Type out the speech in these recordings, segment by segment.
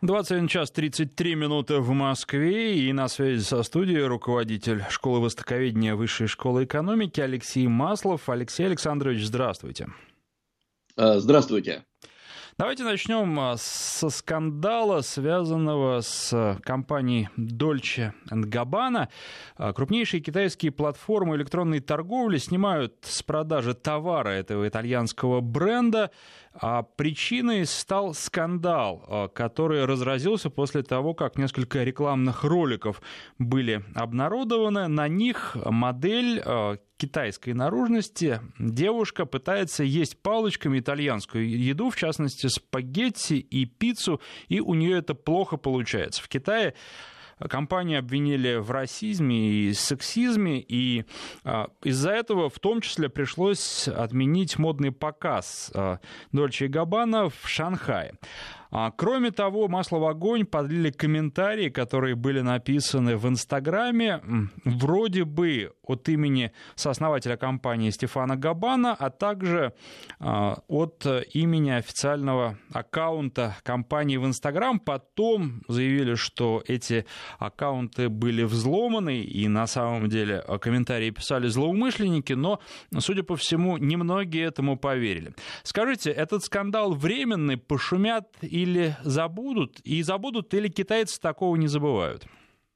21 час 33 минуты в Москве, и на связи со студией руководитель школы востоковедения Высшей школы экономики Алексей Маслов. Алексей Александрович, здравствуйте. Здравствуйте. Давайте начнем со скандала, связанного с компанией Dolce & Gabbana. Крупнейшие китайские платформы электронной торговли снимают с продажи товара этого итальянского бренда. А причиной стал скандал, который разразился после того, как несколько рекламных роликов были обнародованы. На них модель китайской наружности, девушка пытается есть палочками итальянскую еду, в частности спагетти и пиццу, и у нее это плохо получается. В Китае компанию обвинили в расизме и сексизме, и из-за этого в том числе пришлось отменить модный показ Dolce & Gabbana в Шанхае. Кроме того, масло в огонь подлили комментарии, которые были написаны в Инстаграме, вроде бы от имени сооснователя компании Стефано Габбана, а также от имени официального аккаунта компании в Инстаграм. Потом заявили, что эти аккаунты были взломаны, и на самом деле комментарии писали злоумышленники, но, судя по всему, немногие этому поверили. Скажите, этот скандал временный, пошумят или забудут? И забудут, или китайцы такого не забывают?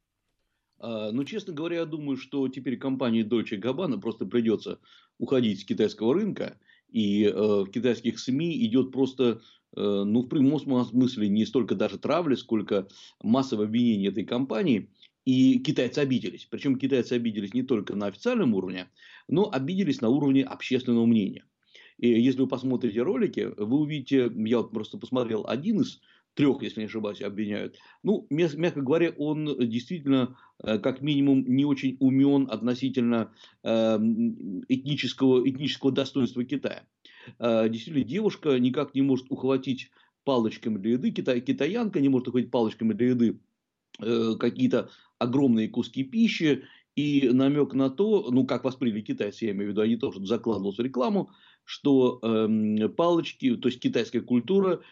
Ну, честно говоря, я думаю, что теперь компании Dolce & Gabbana просто придется уходить с китайского рынка. И в китайских СМИ идет просто, ну, в прямом смысле, не столько даже травля, сколько массовое обвинение этой компании. И китайцы обиделись. Причем китайцы обиделись не только на официальном уровне, но обиделись на уровне общественного мнения. И если вы посмотрите ролики, вы увидите, я вот просто посмотрел один из 3, если не ошибаюсь, обвиняют. Ну, мягко говоря, он действительно, как минимум, не очень умен относительно этнического достоинства Китая. Действительно, девушка никак не может ухватить палочками для еды, китаянка не может ухватить палочками для еды какие-то огромные куски пищи. И намек на то, ну, как восприняли китайцы, я имею в виду, они тоже закладываются в рекламу, что палочки, то есть китайская культура,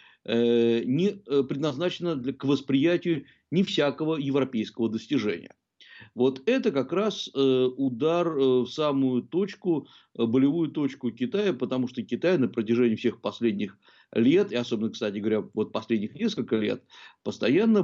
не предназначена к восприятию не всякого европейского достижения. Вот это как раз удар в самую точку, болевую точку Китая, потому что Китай на протяжении всех последних лет, и особенно, кстати говоря, вот последних несколько лет, постоянно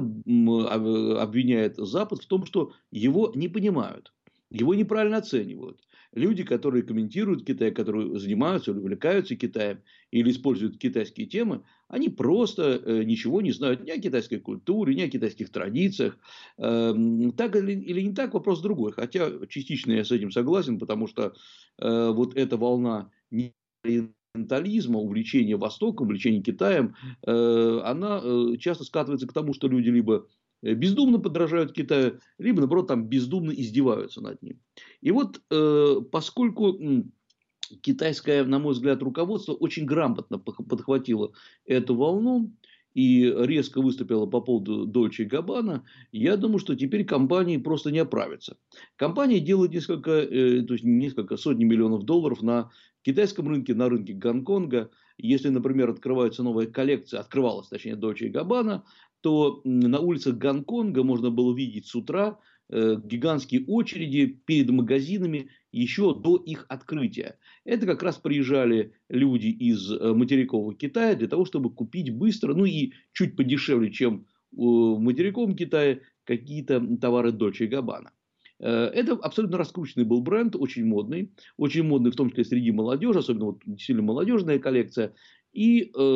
обвиняет Запад в том, что его не понимают, его неправильно оценивают. Люди, которые комментируют Китай, которые занимаются или увлекаются Китаем, или используют китайские темы, они просто ничего не знают ни о китайской культуре, ни о китайских традициях. Так или не так, вопрос другой. Хотя частично я с этим согласен, потому что вот эта волна ориентализма, увлечения Востоком, увлечения Китаем, она часто скатывается к тому, что люди либо бездумно подражают Китаю, либо, наоборот, там бездумно издеваются над ним. И вот, поскольку китайское, на мой взгляд, руководство очень грамотно подхватило эту волну и резко выступило по поводу Dolce & Gabbana, я думаю, что теперь компании просто не оправятся. Компания делает несколько сотен миллионов долларов на китайском рынке, на рынке Гонконга. Если, например, открывается новая коллекция, открывалась, точнее, Dolce & Gabbana, то на улицах Гонконга можно было видеть с утра гигантские очереди перед магазинами еще до их открытия. Это как раз приезжали люди из материкового Китая для того, чтобы купить быстро, ну и чуть подешевле, чем в материковом Китае, какие-то товары Dolce & Gabbana. Это абсолютно раскрученный был бренд, очень модный в том числе среди молодежи, особенно вот сильно молодежная коллекция. И к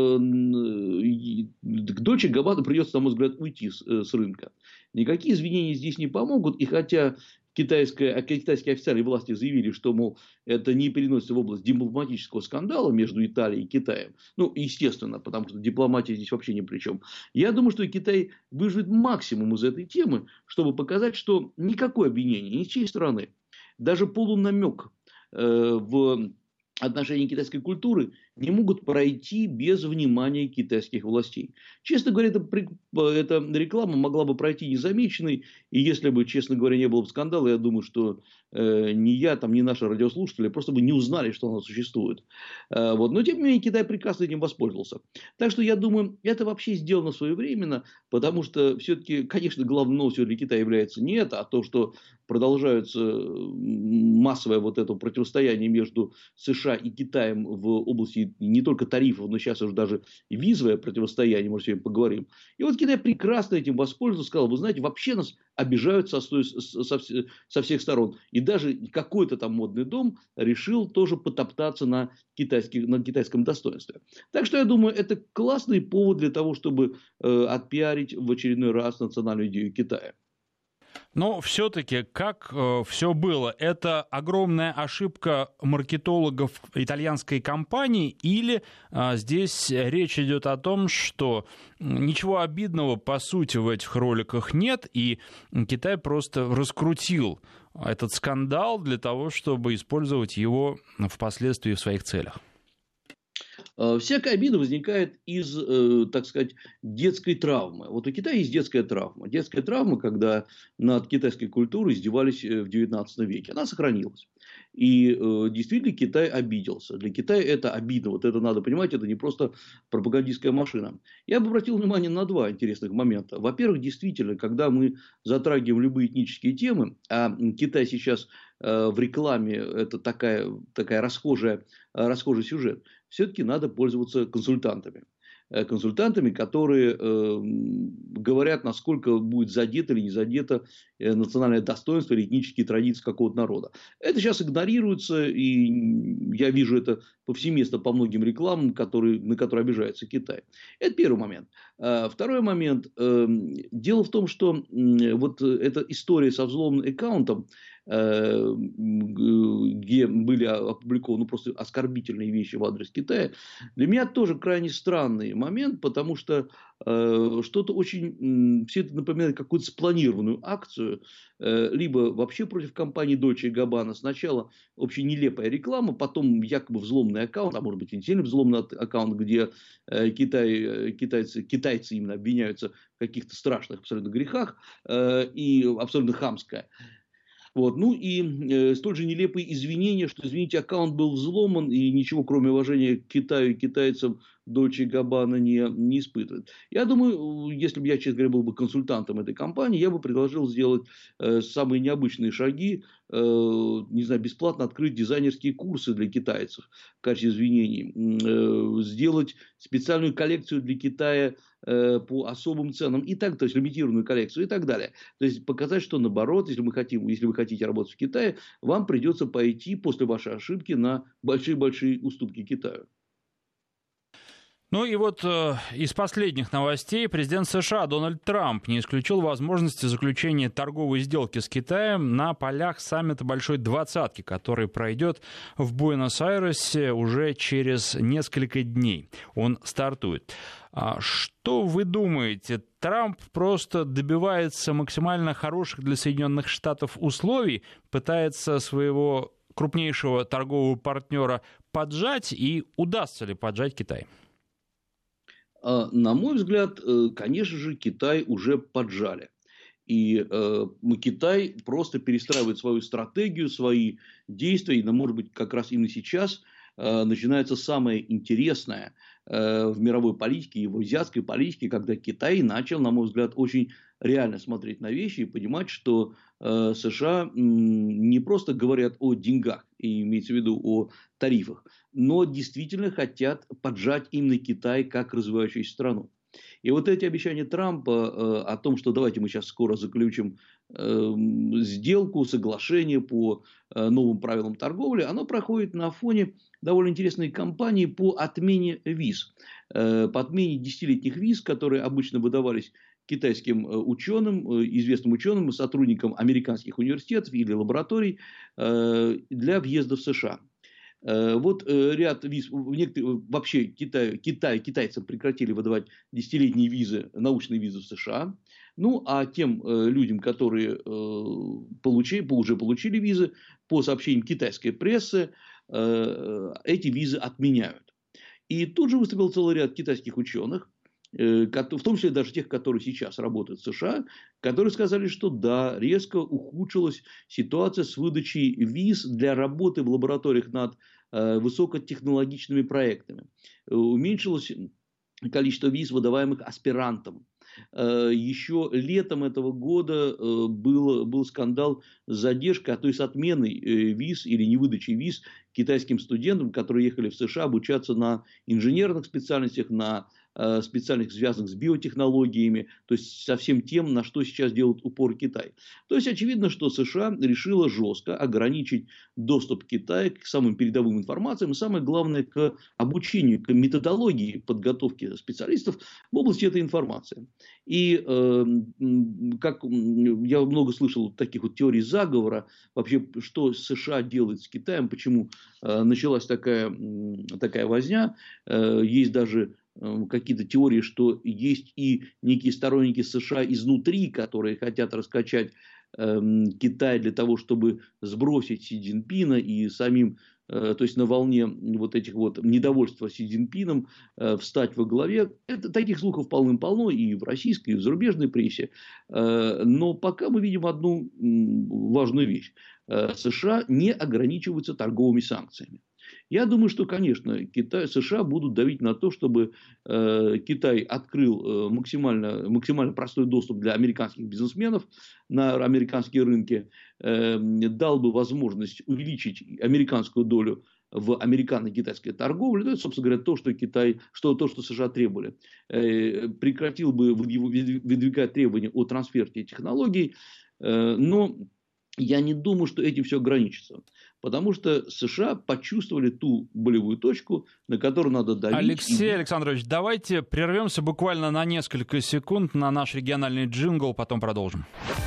Dolce & Gabbana придется, на мой взгляд, уйти с рынка. Никакие извинения здесь не помогут. И хотя китайские официальные власти заявили, что, мол, это не переносится в область дипломатического скандала между Италией и Китаем. Ну, естественно, потому что дипломатия здесь вообще ни при чем. Я думаю, что Китай выжмет максимум из этой темы, чтобы показать, что никакое обвинение ни с чьей стороны, даже полунамек в отношении китайской культуры не могут пройти без внимания китайских властей. Честно говоря, эта реклама могла бы пройти незамеченной, и если бы, честно говоря, не было бы скандала, я думаю, что ни я, там, ни наши радиослушатели просто бы не узнали, что она существует. Вот. Но, тем не менее, Китай прекрасно этим воспользовался. Так что, я думаю, это вообще сделано своевременно, потому что, все-таки, конечно, главной новостью для Китая является не это, а то, что продолжается массовое вот это противостояние между США и Китаем в области не только тарифов, но сейчас уже даже и визовое противостояние, может, сегодня поговорим. И вот Китай прекрасно этим воспользовался, сказал, вы знаете, вообще нас обижают со всех сторон. И даже какой-то там модный дом решил тоже потоптаться на китайском достоинстве. Так что, я думаю, это классный повод для того, чтобы отпиарить в очередной раз национальную идею Китая. Но все-таки как все было? Это огромная ошибка маркетологов итальянской компании или здесь речь идет о том, что ничего обидного по сути в этих роликах нет, и Китай просто раскрутил этот скандал для того, чтобы использовать его впоследствии в своих целях? Всякая обида возникает из, так сказать, детской травмы. Вот у Китая есть детская травма. Детская травма, когда над китайской культурой издевались в XIX веке. Она сохранилась. И действительно Китай обиделся. Для Китая это обидно. Вот это надо понимать, это не просто пропагандистская машина. Я бы обратил внимание на два интересных момента. Во-первых, действительно, когда мы затрагиваем любые этнические темы, а Китай сейчас в рекламе это такая расхожий сюжет, все-таки надо пользоваться консультантами. Консультантами, которые говорят, насколько будет задето или не задето национальное достоинство или этнические традиции какого-то народа. Это сейчас игнорируется, и я вижу это повсеместно по многим рекламам, на которые обижается Китай. Это первый момент. Второй момент. Дело в том, что вот эта история со взломанным аккаунтом, где были опубликованы просто оскорбительные вещи в адрес Китая, для меня тоже крайне странный момент, потому что что-то очень... Все это напоминает какую-то спланированную акцию, либо вообще против компании Dolce & Gabbana. Сначала очень нелепая реклама, потом якобы взломанный аккаунт, а может быть и не сильно взломанный аккаунт, где китайцы именно обвиняются в каких-то страшных абсолютно грехах, и абсолютно хамская. Вот. Ну и столь же нелепые извинения, что, извините, аккаунт был взломан, и ничего, кроме уважения к Китаю и китайцам, Dolce & Gabbana не испытывает. Я думаю, если бы я, честно говоря, был бы консультантом этой компании, я бы предложил сделать самые необычные шаги, не знаю, бесплатно открыть дизайнерские курсы для китайцев в качестве извинений, сделать специальную коллекцию для Китая по особым ценам, то есть лимитированную коллекцию и так далее. То есть показать, что наоборот, если вы хотите работать в Китае, вам придется пойти после вашей ошибки на большие-большие уступки Китаю. Ну и вот из последних новостей президент США Дональд Трамп не исключил возможности заключения торговой сделки с Китаем на полях саммита Большой Двадцатки, который пройдет в Буэнос-Айресе уже через несколько дней. Он стартует. Что вы думаете? Трамп просто добивается максимально хороших для Соединенных Штатов условий, пытается своего крупнейшего торгового партнера поджать, и удастся ли поджать Китай? На мой взгляд, конечно же, Китай уже поджали. И Китай просто перестраивает свою стратегию, свои действия. И, может быть, как раз именно сейчас начинается самое интересное в мировой политике и в азиатской политике, когда Китай начал, на мой взгляд, очень реально смотреть на вещи и понимать, что США не просто говорят о деньгах, и имеется в виду о тарифах, но действительно хотят поджать именно Китай как развивающуюся страну. И вот эти обещания Трампа о том, что давайте мы сейчас скоро заключим сделку, соглашение по новым правилам торговли, оно проходит на фоне довольно интересной кампании по отмене виз. По отмене 10-летних виз, которые обычно выдавались китайским ученым, известным ученым, сотрудникам американских университетов или лабораторий для въезда в США. Вот ряд виз, вообще китайцам прекратили выдавать 10-летние визы, научные визы в США. Ну, а тем людям, которые уже получили визы, по сообщениям китайской прессы, эти визы отменяют. И тут же выступил целый ряд китайских ученых, в том числе даже тех, которые сейчас работают в США, которые сказали, что да, резко ухудшилась ситуация с выдачей виз для работы в лабораториях над высокотехнологичными проектами. Уменьшилось количество виз, выдаваемых аспирантам. Еще летом этого года был скандал с задержкой, а то и с отменой виз или невыдачей виз китайским студентам, которые ехали в США обучаться на инженерных специальностях, на специальных, связанных с биотехнологиями, то есть со всем тем, на что сейчас делает упор Китай. То есть очевидно, что США решила жестко ограничить доступ Китая к самым передовым информациям и, самое главное, к обучению, к методологии подготовки специалистов в области этой информации. И как я много слышал таких вот теорий заговора, вообще, что США делает с Китаем, почему началась такая возня, есть даже какие-то теории, что есть и некие сторонники США изнутри, которые хотят раскачать Китай для того, чтобы сбросить Си Цзиньпина и самим, то есть на волне вот этих вот недовольства Си Цзиньпином встать во главе. Таких слухов полным-полно и в российской, и в зарубежной прессе. Но пока мы видим одну важную вещь. США не ограничиваются торговыми санкциями. Я думаю, что, конечно, США будут давить на то, чтобы Китай открыл максимально простой доступ для американских бизнесменов на американские рынки, дал бы возможность увеличить американскую долю в американо-китайской торговле. Это, собственно говоря, то, что США требовали. Прекратил бы выдвигать требования о трансфере технологий, но я не думаю, что этим все ограничится. Потому что США почувствовали ту болевую точку, на которую надо давить. Алексей Александрович, давайте прервемся буквально на несколько секунд на наш региональный джингл, потом продолжим.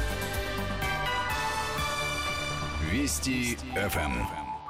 Вести ФМ.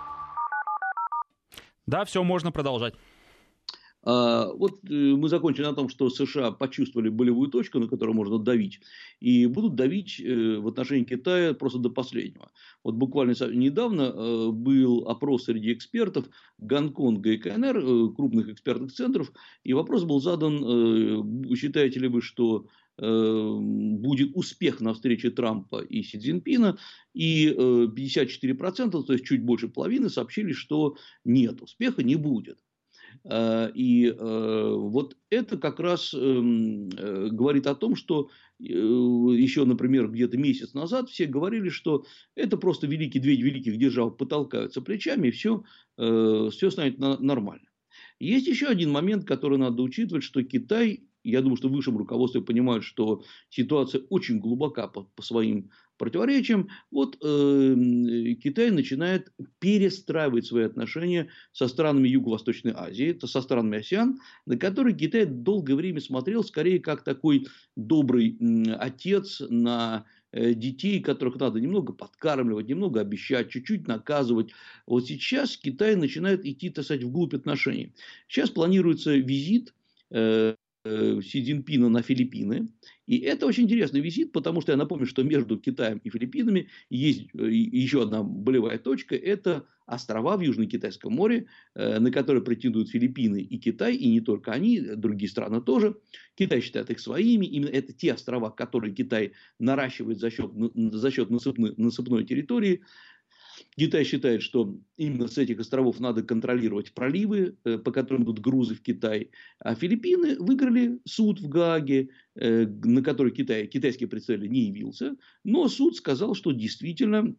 Да, все, можно продолжать. Вот мы закончили на том, что США почувствовали болевую точку, на которую можно давить, и будут давить в отношении Китая просто до последнего. Вот буквально недавно был опрос среди экспертов Гонконга и КНР, крупных экспертных центров, и вопрос был задан: считаете ли вы, что будет успех на встрече Трампа и Си Цзиньпина, и 54%, то есть чуть больше половины, сообщили, что нет, успеха не будет. И вот это как раз говорит о том, что еще, например, где-то месяц назад все говорили, что это просто две великих державы потолкаются плечами, и все станет нормально. Есть еще один момент, который надо учитывать, что Китай, я думаю, что в высшем руководстве понимают, что ситуация очень глубока по своим противоречиям. Вот Китай начинает перестраивать свои отношения со странами Юго-Восточной Азии, это со странами АСЕАН, на которые Китай долгое время смотрел скорее как такой добрый отец на детей, которых надо немного подкармливать, немного обещать, чуть-чуть наказывать. Вот сейчас Китай начинает идти, так сказать, вглубь отношений. Сейчас планируется визит Си Цзиньпина на Филиппины. И это очень интересный визит, потому что я напомню, что между Китаем и Филиппинами есть еще одна болевая точка. Это острова в Южно-Китайском море, на которые претендуют Филиппины и Китай, и не только они, другие страны тоже. Китай считает их своими. Именно это те острова, которые Китай наращивает за счет насыпной территории. Китай считает, что именно с этих островов надо контролировать проливы, по которым идут грузы в Китай. А Филиппины выиграли суд в Гааге, на который китайский представитель не явился. Но суд сказал, что действительно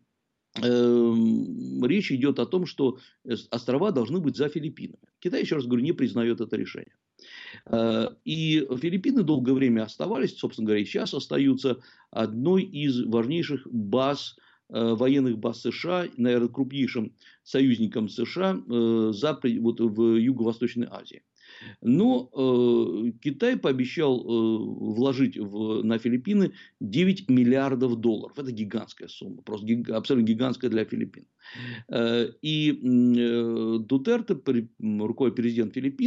речь идет о том, что острова должны быть за Филиппинами. Китай, еще раз говорю, не признает это решение. И Филиппины долгое время оставались, собственно говоря, и сейчас остаются одной из важнейших военных баз США, наверное, крупнейшим союзником США в Юго-Восточной Азии. Но Китай пообещал вложить на Филиппины 9 миллиардов долларов. Это гигантская сумма, просто абсолютно гигантская для Филиппин. И Дутерте, рукой президент Филиппин,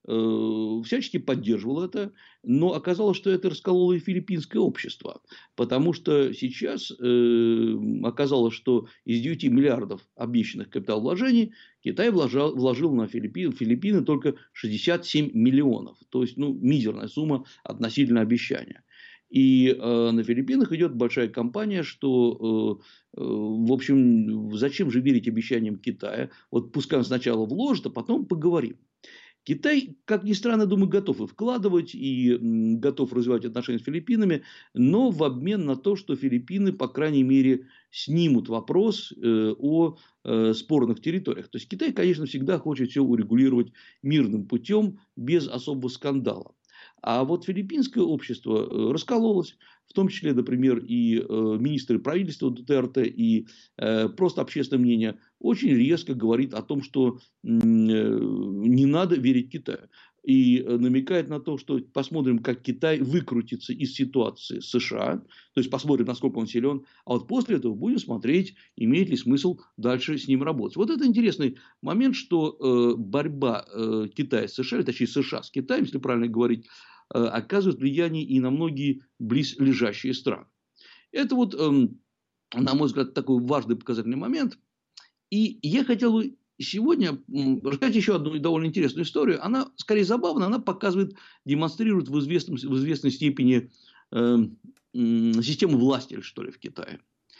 всячески поддерживал это, но оказалось, что это раскололо и филиппинское общество, потому что сейчас оказалось, что из 9 миллиардов обещанных капиталовложений Китай вложил на Филиппины только 67 миллионов, то есть мизерная сумма относительно обещания. И на Филиппинах идет большая кампания, что, в общем, зачем же верить обещаниям Китая? Вот пускай он сначала вложит, а потом поговорим. Китай, как ни странно, думаю, готов и вкладывать, и готов развивать отношения с Филиппинами, но в обмен на то, что Филиппины, по крайней мере, снимут вопрос о спорных территориях. То есть Китай, конечно, всегда хочет все урегулировать мирным путем, без особого скандала. А вот филиппинское общество раскололось, в том числе, например, и министры правительства Дутерте, и просто общественное мнение очень резко говорит о том, что не надо верить Китаю. И намекает на то, что посмотрим, как Китай выкрутится из ситуации с США, то есть посмотрим, насколько он силен, а вот после этого будем смотреть, имеет ли смысл дальше с ним работать. Вот это интересный момент, что борьба Китая с США, или точнее США с Китаем, если правильно говорить, оказывает влияние и на многие близлежащие страны. Это вот, на мой взгляд, такой важный показательный момент. И я хотел бы сегодня рассказать еще одну довольно интересную историю. Она скорее забавна, она показывает, демонстрирует в известной степени систему власти, что ли, в Китае.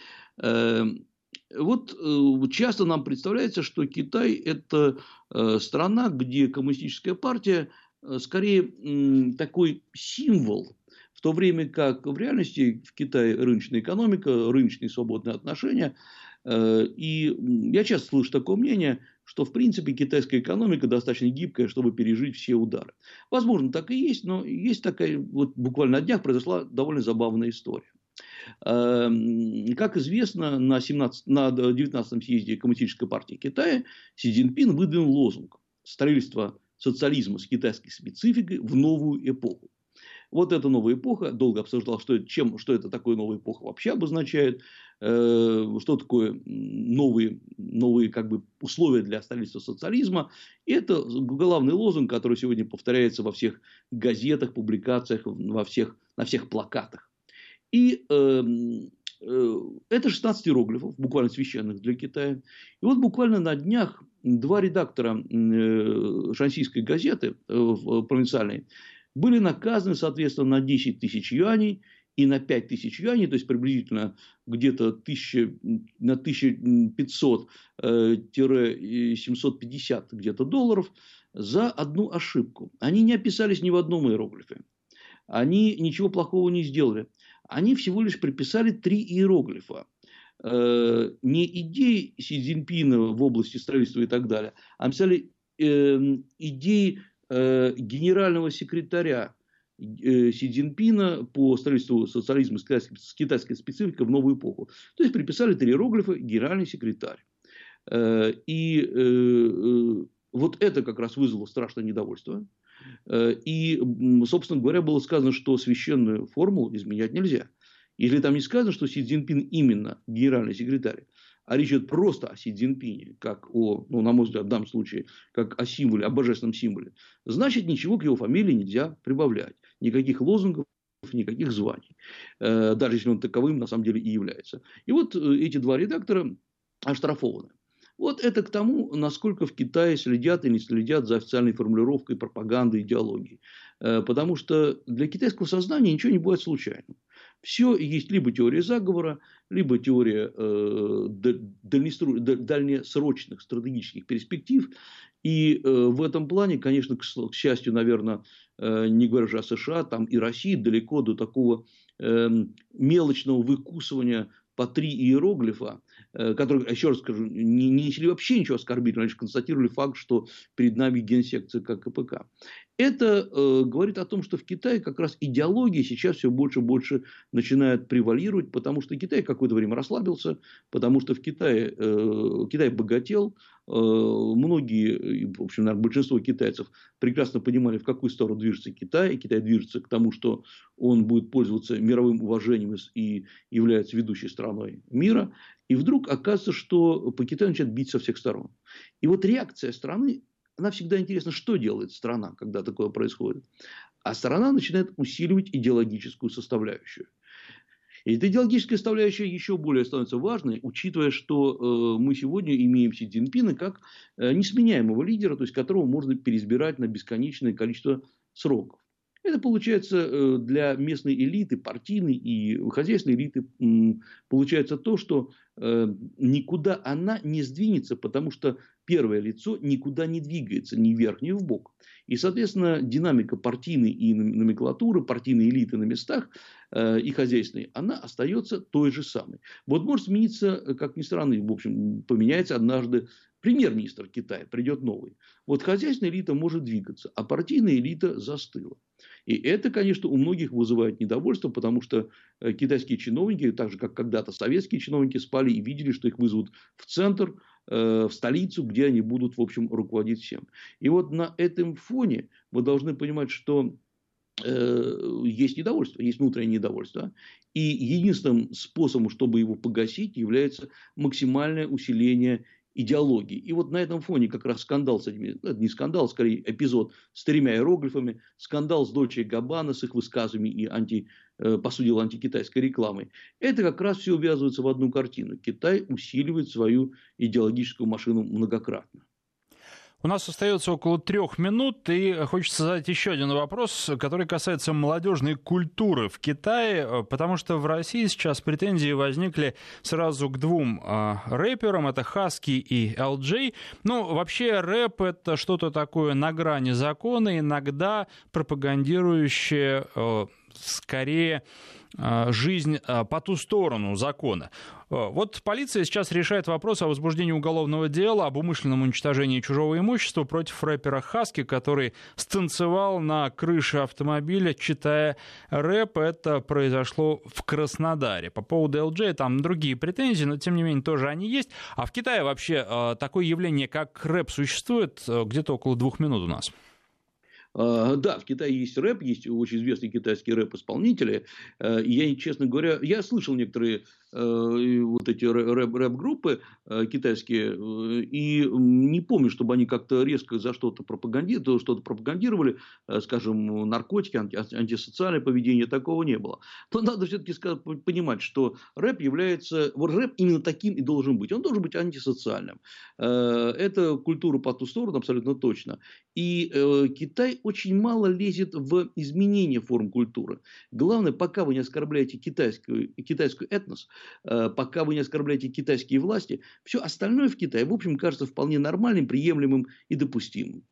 Вот часто нам представляется, что Китай – это страна, где коммунистическая партия скорее такой символ, в то время как в реальности в Китае рыночная экономика, рыночные свободные отношения. И я часто слышу такое мнение, что в принципе китайская экономика достаточно гибкая, чтобы пережить все удары. Возможно, так и есть, но есть такая, вот буквально на днях произошла довольно забавная история. Как известно, на 19-м съезде Коммунистической партии Китая Си Цзиньпин выдвинул лозунг «Строительство социализма с китайской спецификой в новую эпоху». Вот эта новая эпоха, долго обсуждал, что это такое новая эпоха вообще обозначает, что такое новые как бы условия для строительства социализма. И это главный лозунг, который сегодня повторяется во всех газетах, публикациях, на всех плакатах. И это 16 иероглифов, буквально священных для Китая. И вот буквально на днях 2 редактора шаньсийской газеты провинциальной были наказаны, соответственно, на 10 тысяч юаней и на 5 тысяч юаней, то есть приблизительно где-то на 1500-750 где-то долларов за одну ошибку. Они не описались ни в одном иероглифе. Они ничего плохого не сделали. Они всего лишь приписали 3 иероглифа. Не идеи Си Цзиньпина в области строительства и так далее, а написали идеи генерального секретаря Си Цзиньпина по строительству социализма с китайской спецификой в новую эпоху. То есть приписали 3 иероглифа генеральный секретарь. И вот это как раз вызвало страшное недовольство. И, собственно говоря, было сказано, что священную формулу изменять нельзя. Если там не сказано, что Си Цзиньпин именно генеральный секретарь, а речь идет просто о Си Цзиньпине, как на мой взгляд, в данном случае, как о символе, о божественном символе, значит, ничего к его фамилии нельзя прибавлять. Никаких лозунгов, никаких званий. Даже если он таковым на самом деле и является. И вот эти 2 редактора оштрафованы. Вот это к тому, насколько в Китае следят или не следят за официальной формулировкой пропаганды, идеологии. Потому что для китайского сознания ничего не бывает случайным. Все есть либо теория заговора, либо теория дальнесрочных стратегических перспектив. И в этом плане, конечно, к счастью, наверное, не говоря уже о США, там и России далеко до такого мелочного выкусывания по 3 иероглифа, которые, еще раз скажу, не несли вообще ничего оскорбительного, лишь констатировали факт, что перед нами генсек ЦК КПК. Это говорит о том, что в Китае как раз идеология сейчас все больше и больше начинает превалировать, потому что Китай какое-то время расслабился, потому что в Китае Китай богател, многие, в общем, наверное, большинство китайцев прекрасно понимали, в какую сторону движется Китай, и Китай движется к тому, что он будет пользоваться мировым уважением и является ведущей страной мира, и вдруг оказывается, что по Китаю начинают бить со всех сторон. И вот реакция страны она всегда интересна, что делает страна, когда такое происходит. А страна начинает усиливать идеологическую составляющую. И эта идеологическая составляющая еще более становится важной, учитывая, что мы сегодня имеем Си Цзиньпина как несменяемого лидера, то есть которого можно переизбирать на бесконечное количество сроков. Это получается для местной элиты, партийной и хозяйственной элиты, получается то, что никуда она не сдвинется, потому что первое лицо никуда не двигается, ни вверх, ни вбок. И, соответственно, динамика партийной и номенклатуры, партийной элиты на местах и хозяйственной, она остается той же самой. Вот может смениться, как ни странно, в общем, поменяется однажды премьер-министр Китая, придет новый. Вот хозяйственная элита может двигаться, а партийная элита застыла. И это, конечно, у многих вызывает недовольство, потому что китайские чиновники, так же как когда-то советские чиновники, спали и видели, что их вызовут в центр, в столицу, где они будут, в общем, руководить всем. И вот на этом фоне вы должны понимать, что есть недовольство, есть внутреннее недовольство. И единственным способом, чтобы его погасить, является максимальное усиление идеологии. И вот на этом фоне как раз скандал с этими, не скандал, скорее эпизод с 3 иероглифами, скандал с Дольче и Габбана, с их высказываниями и, по сути дела, антикитайской рекламой. Это как раз все увязывается в одну картину. Китай усиливает свою идеологическую машину многократно. У нас остается около 3 минут, и хочется задать еще один вопрос, который касается молодежной культуры в Китае, потому что в России сейчас претензии возникли сразу к 2 рэперам, это Husky и LJ. Ну, вообще рэп — это что-то такое на грани закона, иногда пропагандирующее скорее жизнь по ту сторону закона. Вот полиция сейчас решает вопрос о возбуждении уголовного дела об умышленном уничтожении чужого имущества против рэпера Husky, который станцевал на крыше автомобиля, читая рэп. Это произошло в Краснодаре. По поводу LJ там другие претензии, но тем не менее тоже они есть. А в Китае вообще такое явление, как рэп, существует где-то около 2 минут у нас. Да, в Китае есть рэп, есть очень известные китайские рэп-исполнители. Я, честно говоря, я слышал некоторые вот эти рэп-группы китайские, и не помню, чтобы они как-то резко за что-то пропагандировали, скажем, наркотики, антисоциальное поведение, такого не было. Но надо все-таки понимать, что рэп является, вот рэп именно таким и должен быть. Он должен быть антисоциальным. Это культура по ту сторону, абсолютно точно. И Китай очень мало лезет в изменение форм культуры. Главное, пока вы не оскорбляете китайский этнос, пока вы не оскорбляете китайские власти, все остальное в Китае, в общем, кажется вполне нормальным, приемлемым и допустимым.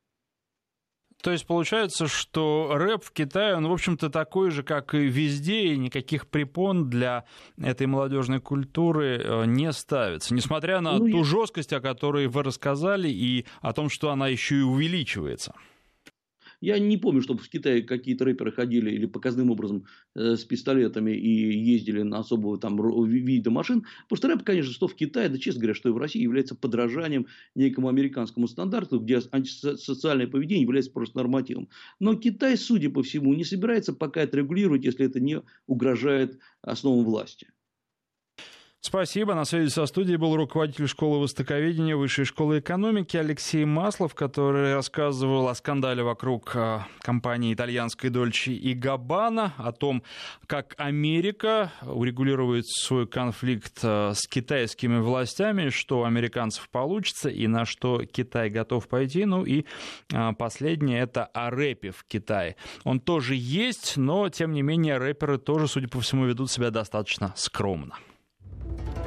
То есть получается, что рэп в Китае, он, в общем-то, такой же, как и везде, и никаких препон для этой молодежной культуры не ставится, несмотря на ту жесткость, о которой вы рассказали, и о том, что она еще и увеличивается. Я не помню, чтобы в Китае какие-то рэперы ходили или показным образом с пистолетами и ездили на особого там вида машин. Потому что рэп, конечно, что в Китае, да, честно говоря, что и в России, является подражанием некому американскому стандарту, где антисоциальное поведение является просто нормативом. Но Китай, судя по всему, не собирается пока это регулировать, если это не угрожает основам власти. Спасибо. На связи со студией был руководитель школы востоковедения Высшей школы экономики Алексей Маслов, который рассказывал о скандале вокруг компании итальянской Дольче и Габбана, о том, как Америка урегулирует свой конфликт с китайскими властями, что у американцев получится и на что Китай готов пойти. Ну и последнее — это о рэпе в Китае. Он тоже есть, но, тем не менее, рэперы тоже, судя по всему, ведут себя достаточно скромно.